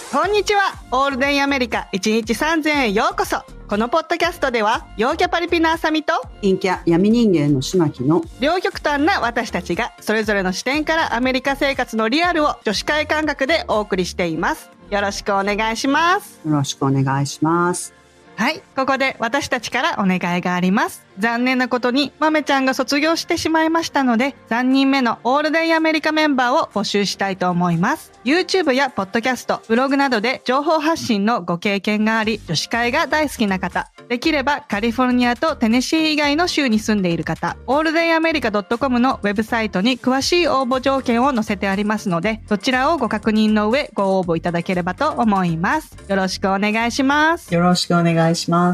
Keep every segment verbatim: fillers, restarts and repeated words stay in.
こんにちは。オールデンアメリカいちにちさんぜんえんようこそ。このポッドキャストでは陽キャパリピのあさみと陰キャ闇人間のしまきの両極端な私たちがそれぞれの視点からアメリカ生活のリアルを女子会感覚でお送りしています。よろしくお願いします。 よろしくお願いします。 はい、ここで私たちからお願いがあります。残念なことにまめちゃんが卒業してしまいましたので、さんにんめのオールデンアメリカメンバーを募集したいと思います。 YouTube やポッドキャスト、ブログなどで情報発信のご経験があり、女子会が大好きな方、できればカリフォルニアとテネシー以外の州に住んでいる方、オールデンアメリカ ドットコム のウェブサイトに詳しい応募条件を載せてありますので、そちらをご確認の上ご応募いただければと思います。よろしくお願いします。 よろしくお願いします。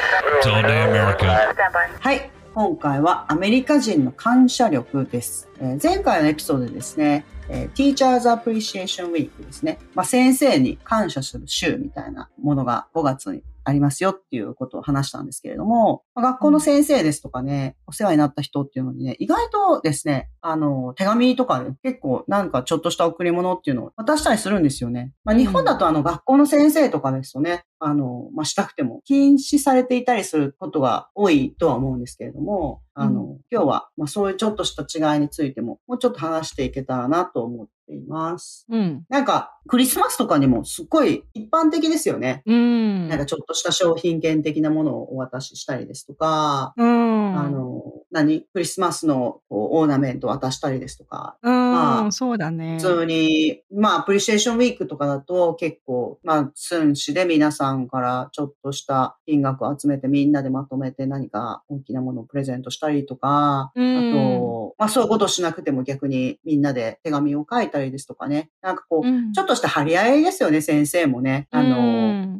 はい、今回はアメリカ人の感謝力です。えー、前回のエピソードでですね、えー、Teachers Appreciation Week ですね、まあ、先生に感謝する週みたいなものがごがつにありますよっていうことを話したんですけれども、学校の先生ですとかね、お世話になった人っていうのにね、意外とですね、あの、手紙とかで、ね、結構なんかちょっとした贈り物っていうのを渡したりするんですよね。まあ、日本だとあの学校の先生とかですとね、あの、まあ、したくても禁止されていたりすることが多いとは思うんですけれども、あの、うん、今日はまあそういうちょっとした違いについてももうちょっと話していけたらなと思っています。うん。なんかクリスマスとかにもすっごい一般的ですよね。うん。なんかちょっとした商品券的なものをお渡ししたりですとか、うん。あの、何クリスマスのこうオーナメントを渡したりですとか。 うん、まあ、そうだね。 普通に、まあ、アプリシエーションウィークとかだと結構、まあ、寸志で皆さんからちょっとした金額を集めてみんなでまとめて何か大きなものをプレゼントしたりとか、うん、あと、まあそういうことしなくても逆にみんなで手紙を書いたりですとかね。なんかこう、うん、ちょっとした張り合いですよね、先生もね。あの、うん、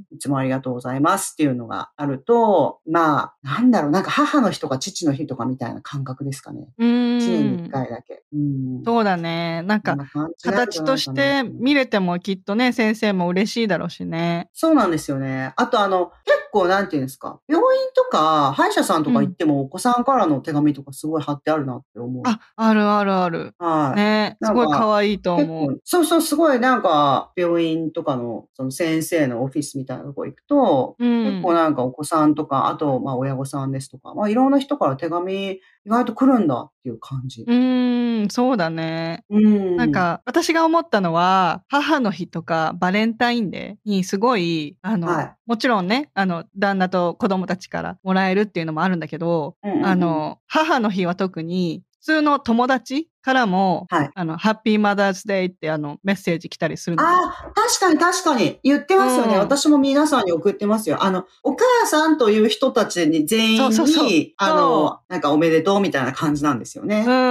いつもありがとうございますっていうのがあると、まあ、なんだろう、なんか母の日とか父の日とかみたいな感覚ですかね。うん、いちねんにいっかいだけ。 うん、そうだね。なんか、形として見れてもきっとね、先生も嬉しいだろうしね。 そうなんですよね。あとあの、結構なんていうんですか、病院とか歯医者さんとか行っても、お子さんからの手紙とかすごい貼ってあるなって思う。 あ、あるあるある。はい。ね、すごい可愛いと思う。 そうそう、すごいなんか、病院とかの、その先生のオフィスみたいなとこ行くと、うん、結構なんかお子さんとか、あと、まあ親御さんですとか、まあいろんな人から手紙、意外と来るんだっていう感じ。 うーん、そうだね。うん。なんか、私が思ったのは、母の日とかバレンタインデーにすごい、あの、はい、もちろんね、あの、旦那と子供たちからもらえるっていうのもあるんだけど、うんうんうん、あの、母の日は特に、普通の友達からも、はい、あの、ハッピーマザーズデーってあの、メッセージ来たりするの。 ああ、確かに確かに。言ってますよね、うん。私も皆さんに送ってますよ。あの、お母さんという人たちに全員に、そうそうそう、あの、なんかおめでとうみたいな感じなんですよね。 うん。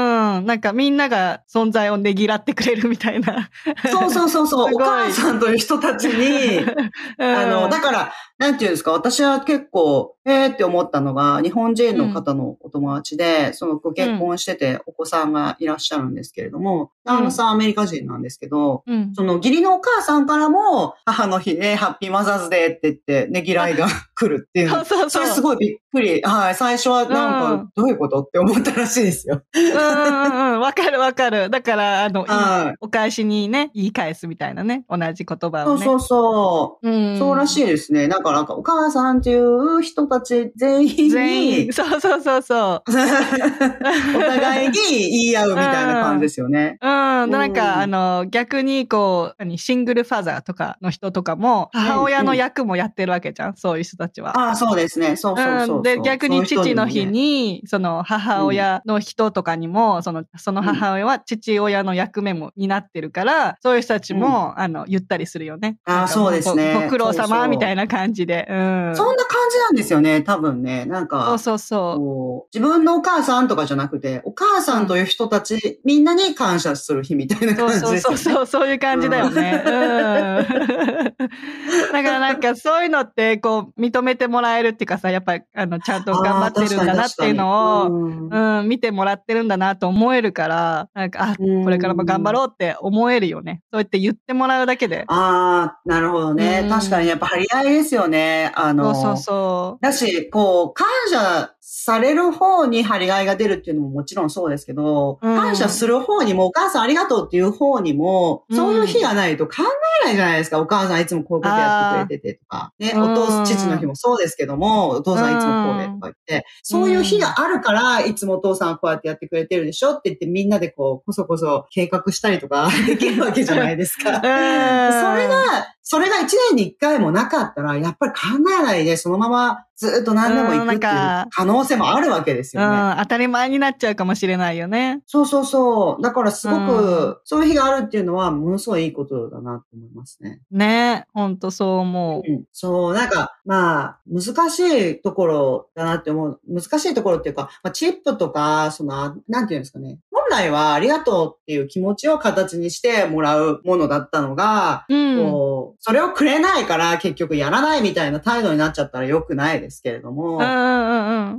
なんかみんなが存在をねぎらってくれるみたいな。 そうそうそうそう。お母さんという人たちに、うん、あの、だから、なんていうんですか、私は結構、えーって思ったのが、日本人の方のお友達で、うん、そのご結婚しててお子さんがいらっしゃるんですけれども、うん、旦那さんアメリカ人なんですけど、うん、その義理のお母さんからも、母の日で、ハッピーマザーズデーって言って、ねぎらいが来るっていう。そうそうそう。それすごいびっくり。はい。最初はなんか、どういうことって思ったらしいですよ。 うんうんうん。わかるわかる。だから、あの、はい、お返しにね、言い返すみたいなね。同じ言葉をね。 そうそうそう。うん、そうらしいですね。だからなんか、お母さんっていう人たち全員に。 全員。そうそうそうそう。 お互いに言い合うみたいな感じですよね。 うん。うん、なんか、あの、逆にこう、シングルファザーとかの人とかも、母親の役もやってるわけじゃん、うんうん、そういう人たちは。 ああ、そうですね。そうそうそうそう、うん。 で、逆に父の日に、その母親の人とかにも、その、その母親は父親の役目も担ってるから、そういう人たちも、うん、あの、言ったりするよね。 ああ、そうですね。 ご苦労様みたいな感じで。うん。 そんな感じなんですよね、多分ね。なんか。 そうそうそう。 こう自分のお母さんとかじゃなくて、お母さんという人たち、うん、みんなに感謝する日みたいな感じですよね。 そうそうそう、そういう感じだよね。うん。うん、だからなんかそういうのって、こう、認めてもらえるっていうかさ、やっぱり、あの、ちゃんと頑張ってるんだなっていうのを、うん、うん、見てもらってるんだなと思えるから、なんか、あ、これからも頑張ろうって思えるよね。そうやって言ってもらうだけで。 ああ、なるほどね。うん、確かにやっぱ張り合いですよね。あの、 そうそうそう。 だし、こう、感謝される方に張り合いが出るっていうのももちろんそうですけど、うん、感謝する方にも、お母さんありがとうっていう方にも、そういう日がないと考えないじゃないですか。お母さんいつもこういうことやってくれててとか。ね、お父、父の日もそうですけども、お父さんいつもこうでとか言って、そういう日があるから、いつもお父さんはこうやってやってくれてるでしょって言ってみんなでこう、こそこそ計画したりとかできるわけじゃないですか。それが、それが一年に一回もなかったら、やっぱり考えないで、そのままずっと何でも行くっていう可能性もあるわけですよね。 うん、当たり前になっちゃうかもしれないよね。 そうそうそう。だからすごく、そういう日があるっていうのは、ものすごいいいことだなと思いますね。 ね、ほんとそう思う。 うん、そう、なんか、まあ、難しいところだなって思う。難しいところっていうか、まあ、チップとか、その、なんていうんですかね。本来はありがとうっていう気持ちを形にしてもらうものだったのが、うん、こうそれをくれないから結局やらないみたいな態度になっちゃったら良くないですけれども、 うんうんうん、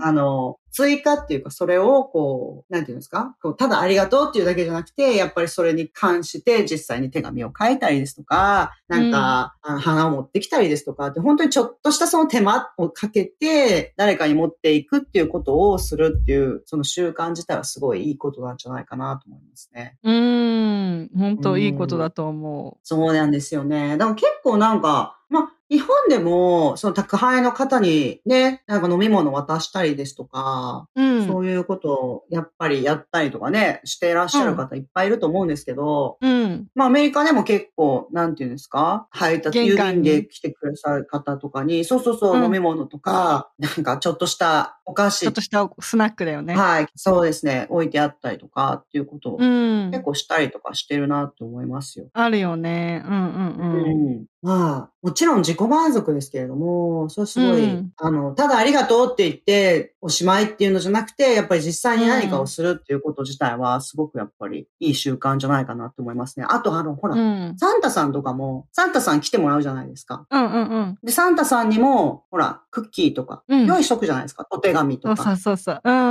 あの、追加っていうか、それをこう、なんていうんですか、こうただありがとうっていうだけじゃなくて、やっぱりそれに関して実際に手紙を書いたりですとか、なんか、うん、あの花を持ってきたりですとかって、本当にちょっとしたその手間をかけて、誰かに持っていくっていうことをするっていう、その習慣自体はすごいいいことなんじゃないかなと思いますね。 うーん、本当いいことだと思う。 そうなんですよね。だから結構なんか、まあ、日本でも、その宅配の方にね、なんか飲み物渡したりですとか、うん、そういうことをやっぱりやったりとかね、していらっしゃる方いっぱいいると思うんですけど、うん、まあアメリカでも結構、なんていうんですか、配達、郵便で来てくださる方とかに、そうそうそう、うん、飲み物とか、なんかちょっとしたお菓子。 ちょっとしたスナックだよね。 はい、そうですね、置いてあったりとかっていうことを、結構したりとかしてるなって思いますよ。 あるよね。うんうんうん。 うん、まあ、もちろん自己満足ですけれども、それすごい、うん、あの、ただありがとうって言っておしまいっていうのじゃなくて、やっぱり実際に何かをするっていうこと自体はすごくやっぱりいい習慣じゃないかなって思いますね。あとあの、ほら、うん、サンタさんとかも、サンタさん来てもらうじゃないですか。 うんうんうん。 で、サンタさんにも、ほら、クッキーとか、用意しとくじゃないですか。お手紙とか。 そうそうそう。うん。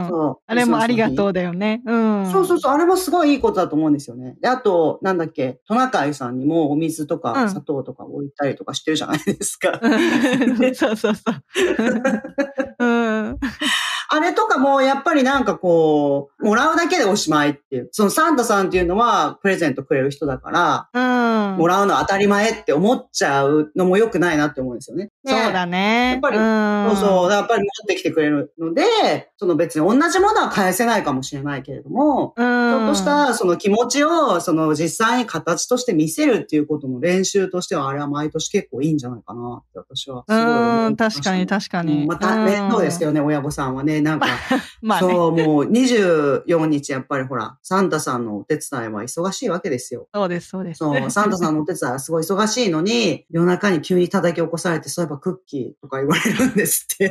そう。あれもありがとうだよね。うん。 そうそうそう。あれもすごいいいことだと思うんですよね。で、あと、なんだっけ、トナカイさんにもお水とか砂糖とか置いたりとかしてるじゃないですか。 そうそうそう。うん。 あれとかも、やっぱりなんかこう、もらうだけでおしまいっていう。そのサンタさんっていうのは、プレゼントくれる人だから、うん、もらうのは当たり前って思っちゃうのも良くないなって思うんですよね。 そうだね。 やっぱり、うん、そうそう、やっぱり持ってきてくれるので、その別に同じものは返せないかもしれないけれども、うん、ちょっとしたその気持ちを、その実際に形として見せるっていうことの練習としては、あれは毎年結構いいんじゃないかなって私はすごい思いました。うん、 確かに確かに。 うん、またね、そうですよね、親御さんはね。なんか、まあね、そう、もうにじゅうよっかやっぱりほら、サンタさんのお手伝いは忙しいわけですよ。 そうです、そうです。 そう、サンタさんのお手伝いはすごい忙しいのに、夜中に急に叩き起こされて、そういえばクッキーとか言われるんですって。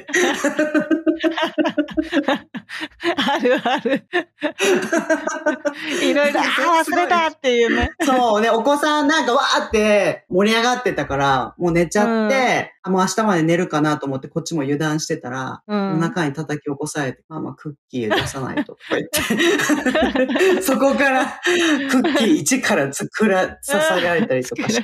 あるある。いろいろ、ああ、忘れたっていうね。 そうね、お子さんなんかわーって盛り上がってたから、もう寝ちゃって、うん、もう明日まで寝るかなと思ってこっちも油断してたら、うん、夜中に叩き起こされて、ママクッキー出さないととか言って。そこからクッキー一から作ら、ささがれたりとかして。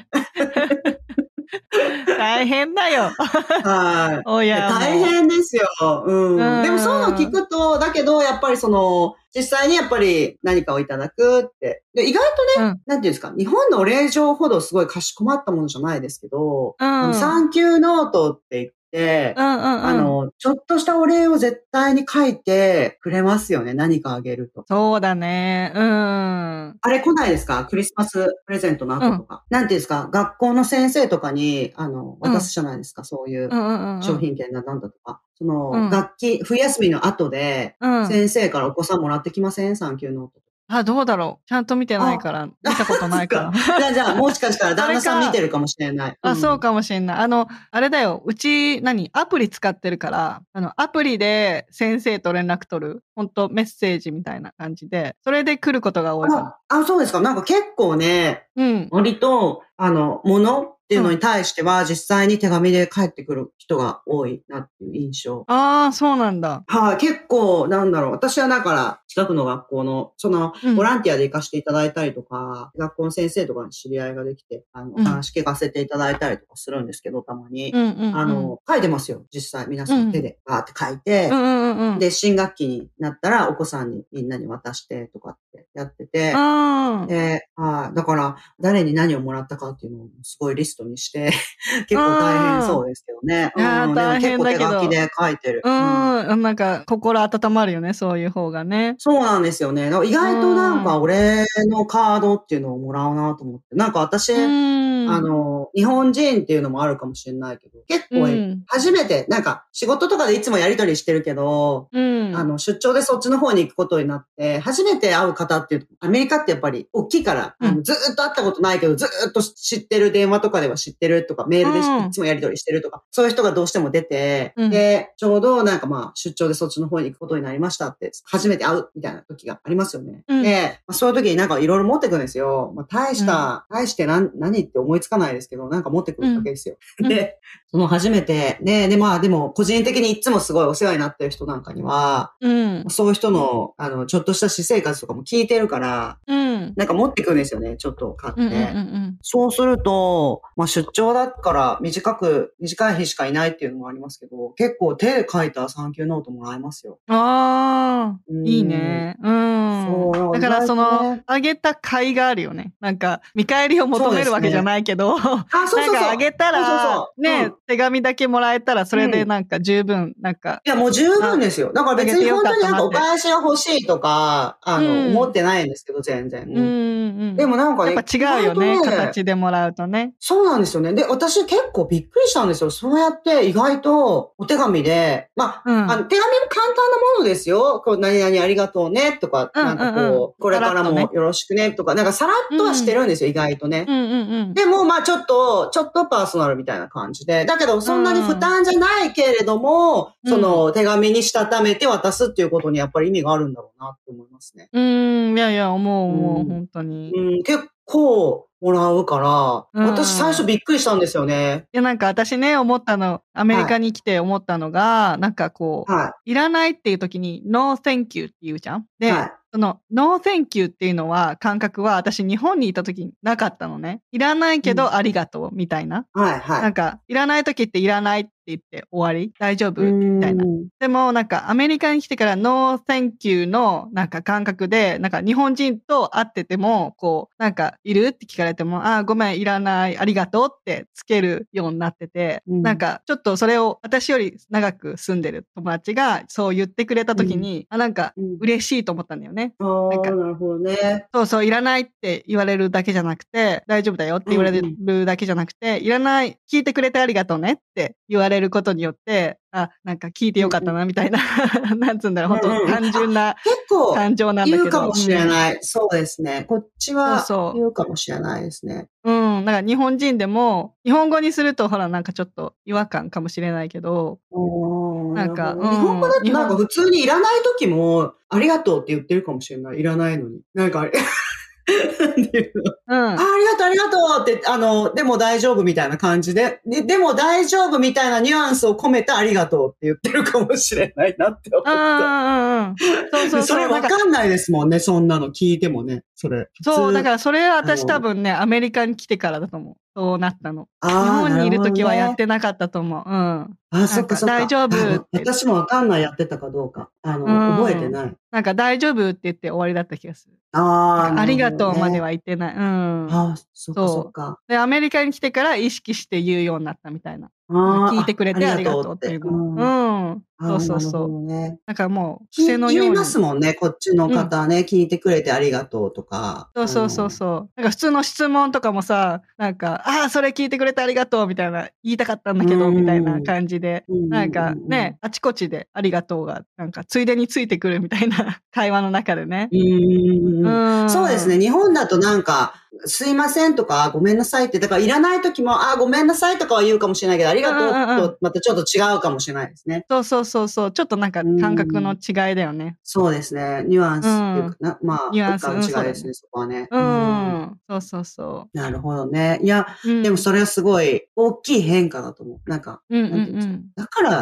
大変だよ。 はい。親も大変ですよ。うん。うん、でもそういうの聞くと、だけど、やっぱりその、実際にやっぱり何かをいただくって。で、意外とね、うん、なんていうんですか、日本のお礼状ほどすごいかしこまったものじゃないですけど、うん、サンキューノートって言って、で、うんうんうん、あの、ちょっとしたお礼を絶対に書いてくれますよね。何かあげると。 そうだね。うん。あれ来ないですか？クリスマスプレゼントの後とか。うん、なんていうんですか？学校の先生とかに、あの、渡すじゃないですか。うん、そういう商品券だなんだとか。その、うん、学期、冬休みの後で、先生からお子さんもらってきません？サンキューノート。 あ、どうだろう。ちゃんと見てないから、見たことないから。 じゃあ、じゃあ、もしかしたら旦那さん見てるかもしれない。 あ、うん、そうかもしれない。あの、あれだよ。うち、何アプリ使ってるから、あの、アプリで先生と連絡取る。本当メッセージみたいな感じで、それで来ることが多いかも。 あ、あ、そうですか。なんか結構ね、うん。割と、あの、ものっていうのに対しては、実際に手紙で返ってくる人が多いなっていう印象。 ああ、そうなんだ。 はい、結構、なんだろう。私はだから、近くの学校の、その、ボランティアで行かせていただいたりとか、うん、学校の先生とかに知り合いができて、あの、うん、話聞かせていただいたりとかするんですけど、たまに。うんうんうん、あの、書いてますよ。実際、皆さん手で、バーって書いて、うんうんうんうん。 で、新学期になったらお子さんにみんなに渡してとかってやってて、 うん。 で、はい。だから、誰に何をもらったかっていうのをすごいリストにして、結構大変そうですけどね。 いやー、 うん。でも大結構手変だけど。 書きで書いてる。 ううん。 ーん、なんか心温まるよね、そういう方がね。 そうなんですよね。だから意う外となんーん。 か俺のカードっていうのをもらうなと思って。なんか私、 うーん。 あの、日本人っていうのもあるかもしれないけど、結構うん。 初めて、なんか仕事とかでいつもやりとりしてるけど、 うん。 あの、出張でそっちの方に行くことになって、初めて会う方っていうと、アメリカってやっぱり大きいから、 うん。 あのずーっと会ったことないけど、ずーっと知ってる電話とかでは知ってるとか、メールでいうん。 つもやりとりしてるとか、そういう人がどうしても出て、 うん。 で、ちょうどなんかまあ、出張でそっちの方に行くことになりましたって、初めて会うみたいな時がありますよね。 うん。 で、まあ、そういう時になんかいろいろ持ってくんですよ。まあ、大しうん。 た、大して何、何って思いつかないですけど、なんか持ってくるわうん。 けですよ。 うん。 で、その初めて、ね、で、まあでも、個人的にいつもすごいお世話になってる人なんかには、 うん。 そういう人の、あの、ちょっとした私生活とかも聞いてるから、 うん。 なんか持ってくんですよね、ちょっと買っうんうんうんうて。 ん。 そうすると、まあ出張だから短く、短い日しかいないっていうのもありますけど、結構手で書いたサンキューノートもらえますよ。 ああ、 ういいーん。 ね。うん。 そう、なんかだから意外その、 とね。 あげた甲斐があるよね。なんか、見返りを求そうめるわけじゃですね。 ないけど、 あ、そうなんそうそう。 かあげたそうそうら、 そう。うね、 ん。 手紙だけもらえたらそれうん。 でなんか十分、なんか、 いや、もう十分あ、 ですよ。だから別にあげてよかっ本当になんかおたなって。 返しが欲しいとか、あうの、思っん。 てないんですけど、全然。 うんうん。 うんうん。 でもなんかやっぱね、意外と違うよね、 ね、 形でもらうとね。 そうなんですよね。で、私結構びっくりしたんですよ。そうやって意外とお手紙で、まあ、あの、 うん。 手紙も簡単なものですよ。こう、何々ありがとうね、とか、 うんなんかうんうん。 こう、これさらからっとね。 もよろしくね、とか、なんかさらっとはしうん。 てるんですよ、意外とね。 うんうんうん。 でも、まあちょっと、ちょっとパーソナルみたいな感じで。だけど、 うそんなに負ん。 担じゃないけれども、 うん。 その手紙にしたためて渡すっていうことにやっぱり意味があるんだろうなって思いますね。 うーん、いやいや、思う思う、 うん。 ほんとに。 うん、結構もらうから、 う私最初ん。 びっくりしたんですよね。 いや、なんか私ね、思ったの、アメリはい。 カに来て思ったのが、なんかこう、 はい。 いらないっていう時に、ノーセンキューって言うじゃん。で、 はい。 その、ノーセンキューっていうのは、感覚は私日本にいた時になかったのね。いらないうん。 けどありがとうみたいな。 はいはい。 なんか、いらない時っていらないって言って終わり大丈うー夫みたいな。 ん。 でも、なんかアメリカに来てからノーセンキューのなんか感覚で、なんか日本人と会ってても、こう、なんかいるって聞かれても、あー、ごめん、いらない、ありがとうってつけるようになってて、 うん。 なんかちょっとそれを私より長く住んでる友達がそう言ってくれたうん。 時に、あ、なんかうん。 嬉しいと思ったんだよね。 あなんかあ、なるほどね。 そうそう、いらないって言われるだけじゃなくて、大丈夫だよって言われうんうん。 るだけじゃなくて、いらない、聞いてくれてありがとうねって言われることによって、あ、なんか聞いてよかったうんうん。 なみたいな、なんつうんだろう、 うんほんとうんうん。あ、 単純な結構感情なんだけど、 言うかもしれうん。 ない。そうですね。こっちそうはそう。 言うかもしれないですね。 うん、だから日本人でも、日本語にするとほらなんかちょっと違和感かもしれないけど、 ああ、 なんか、 なるほど。 う日本語だん、 となんか日本普通にいらない時も、ありがとうって言ってるかもしれない。いらないのに。なんかあれ、なんていうの。 うあ、あん。 りがとう、ありがとうって、あの、でも大丈夫みたいな感じで、で、でも大丈夫みたいなニュアンスを込めたありがとうって言ってるかもしれないなって思うんうった。 んうんうん。そうそうそれそう、なんかわかんないですもんね、そんなの聞いてもね。それ。普そう、だか通、 らそれは私多あの、 分ね、アメリカに来てからだと思う。そうなったの。日ああ、なるほど本にいる時はやっね。 てなかったと思う。うん。 あ、そっかなんかそっか。 大丈夫あ、 って言って。 わ私もわかんないやってたかどうか。あうの、覚えてん。 ない。 なんか大丈夫って言って終わりだった気がする。なんああ、 かありなるほがとうまでどね。 は言ってない。うん。 ああ、そっかそっそう。 か。 で、アメリカに来てから意識して言うようになったみたいな。なんかああ、 聞いてくれあ、ありがてありがとうって。 とうっていうのを。ううん。 ん。そうああ、なるほそうそう。 どね。 だからもう癖き言いまのように。 すもんね、こっちのうん。 方ね。聞いてくれてありがとうとか、 そうそうそうあの、 そう。なんか普通の質問とかもさ、なんか、ああ、それ聞いてくれてありがとうみたいな、言いたかったんだうーけど、みたいなん。 感じで、 うんうんなんかうんうん。 ね、あちこちでありがとうが、なんかついでについてくるみたいな会話の中でね。 うーうん。そうですね。 ーん。 日本だとなんか、すいませんとか、ごめんなさいって、だからいらない時も、あ、ごめんなさいとかは言うかもしれないけど、ありうんうがとうんうんうん。 とまたちょっと違うかもしれないですね。 そうそうそうそう。ちょっとなんかうー感覚のん。 違いだよね。 そうですね。ニュアンうスっていうか、 ん。 なまあ、 ニュアンス、 文化のうん、そうだよね。 違いですね、そこはね。 ううーん。 ん。そうそうそなるほどね。いや、 う。うん。 でもそれはすごい大きい変化だと思う。なんか、 うんうんなんていうんですか。 うん。 だから、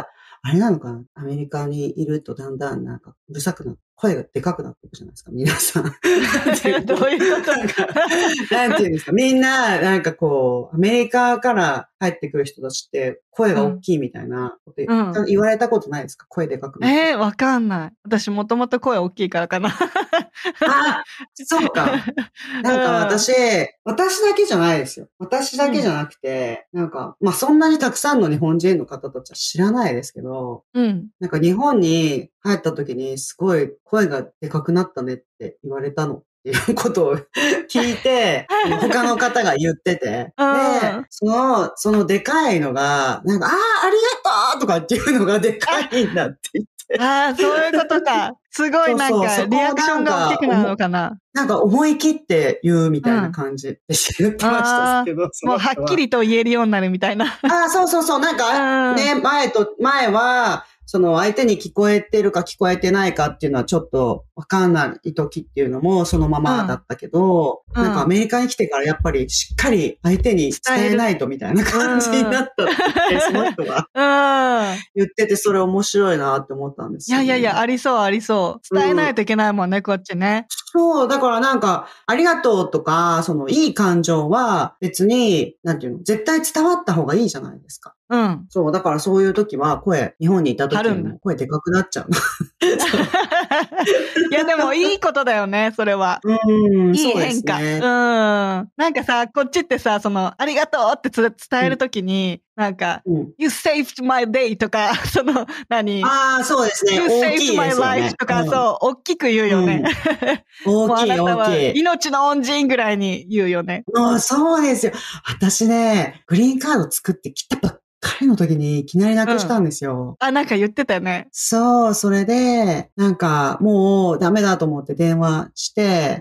あれなのかな、アメリカにいるとだんだんなんかうるさくなって、声がでかくなっていくじゃないですか、皆さん。 どういうことなんか、なんていうんですか、みんな、なんかこう、アメリカから帰ってくる人たちって声が大きいみたいなこと、うん、言われたことないですか？声でかくなって。 えー、わかんない。私もともと声大きいからかな。 あ、そうか。なんか私、うん、私だけじゃないですよ。私だけじゃなくて、うん、なんか、まあ、そんなにたくさんの日本人の方たちは知らないですけど、うん、なんか日本に帰った時にすごい声がでかくなったねって言われたのっていうことを聞いて、他の方が言ってて、で、その、そのでかいのが、なんか、ああ、ありがとうとかっていうのがでかいんだって言って。 ああ、そういうことか。すごいなんか、リアクションが大きくなるのかな。 なんか思い切って言うみたいな感じで言ってましたけど、うん、 もうはっきりと言えるようになるみたいな。 ああ、そうそうそう。なんか、ね、うん、前と、前は、その相手に聞こえてるか聞こえてないかっていうのはちょっとわかんない時っていうのもそのままだったけど、うん、なんかアメリカに来てからやっぱりしっかり相手に伝えないとみたいな感じになったって言って、その人が言ってて、それ面白いなって思ったんですよ、ね。 いやいやいや、ありそうありそう。伝えないといけないもんね、うん、こっちね。 そう、だからなんか、ありがとうとか、そのいい感情は別に、なんていうの、絶対伝わった方がいいじゃないですか。うん。そう、だからそういう時は声、日本にいた時に声でかくなっちゃう。 いやでもいいことだよね、それは。うん、いい変化。う、ね、うん。なんかさ、こっちってさ、その、ありがとうって伝えるときに、うん、なんか、うん、You saved my day とか、その、何ああ、そうですね。 You 大きい saved my ですよね life とか、うん、そう、大きく言うよね。 うん、大きい、大きい。 命の恩人ぐらいに言うよね。 もうそうですよ。私ね、グリーンカード作ってきたばっ彼の時にいきなりなくしたんですよ。 うん、あ、なんか言ってたよね。 そう、それで、なんか、もうダメだと思って電話して、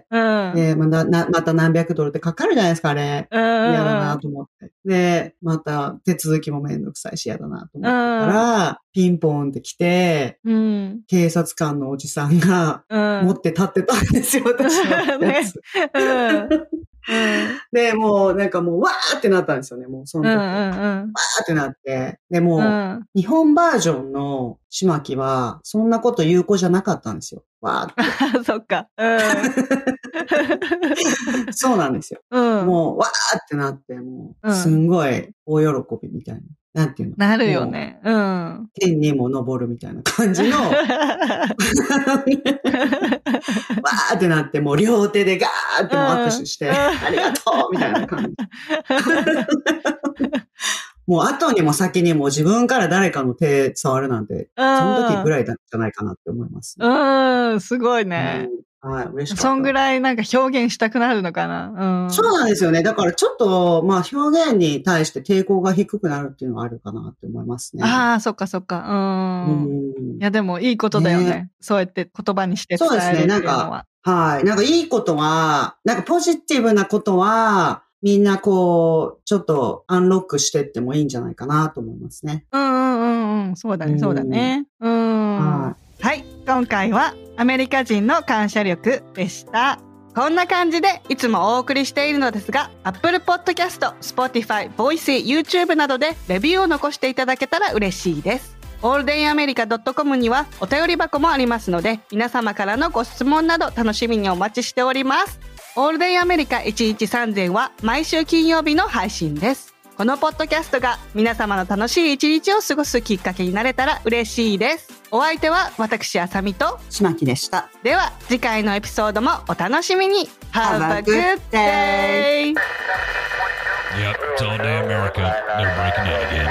うん、でまた、また何百ドルってかかるじゃないですか、あれ。嫌、うん、だなと思って。で、また手続きもめんどくさいし嫌だなと思ってから、うん、ピンポンって来て、うん、警察官のおじさんが持って立ってたんですよ、私のやつ。ねうんうん、で、もうなんかもうわーってなったんですよね、もうその時。うんうんうん、わーってなって。で、もう、うん、日本バージョンのしまきは、そんなこと言う子じゃなかったんですよ。わーって。 そっか。うん、 そうなんですよ。うん、もうわーってなって、もう、すんごい大喜びみたいな。なんていうの？ なるよね。うん。 天にも昇るみたいな感じの、わーってなって、もう両手でガーってもう握手して、うん、ありがとうみたいな感じ。もう後にも先にも自分から誰かの手触るなんて、その時ぐらいだったんじゃないかなって思います、 ね。うん、すごいね。 うんはい、嬉しかった。 そんぐらいなんか表現したくなるのかな。うん、 そうなんですよね。だからちょっと、まあ表現に対して抵抗が低くなるっていうのはあるかなって思いますね。 ああ、そっかそっか。うん。うん、いやでもいいことだよね。ねそうやって言葉にして伝えるっていうのは。そうですね。なんか、 はい。なんかいいことは、なんかポジティブなことは、みんなこう、ちょっとアンロックしてってもいいんじゃないかなと思いますね。 うんうんうんうん。そうだね、そうだね。うん。はい。はい。今回はアメリカ人の感謝力でした。こんな感じでいつもお送りしているのですが、Apple Podcast、Spotify、Voicy、YouTube などでレビューを残していただけたら嬉しいです。オールデイアメリカドットコム にはお便り箱もありますので、皆様からのご質問など楽しみにお待ちしております。オールデイアメリカいちにちさんぜんは毎週金曜日の配信です。このポッドキャストが皆様の楽しい一日を過ごすきっかけになれたら嬉しいです。お相手は私あさみとしまきでした。 では次回のエピソードもお楽しみに。 Have a good day! Yep, it's all day America. They're breaking out again.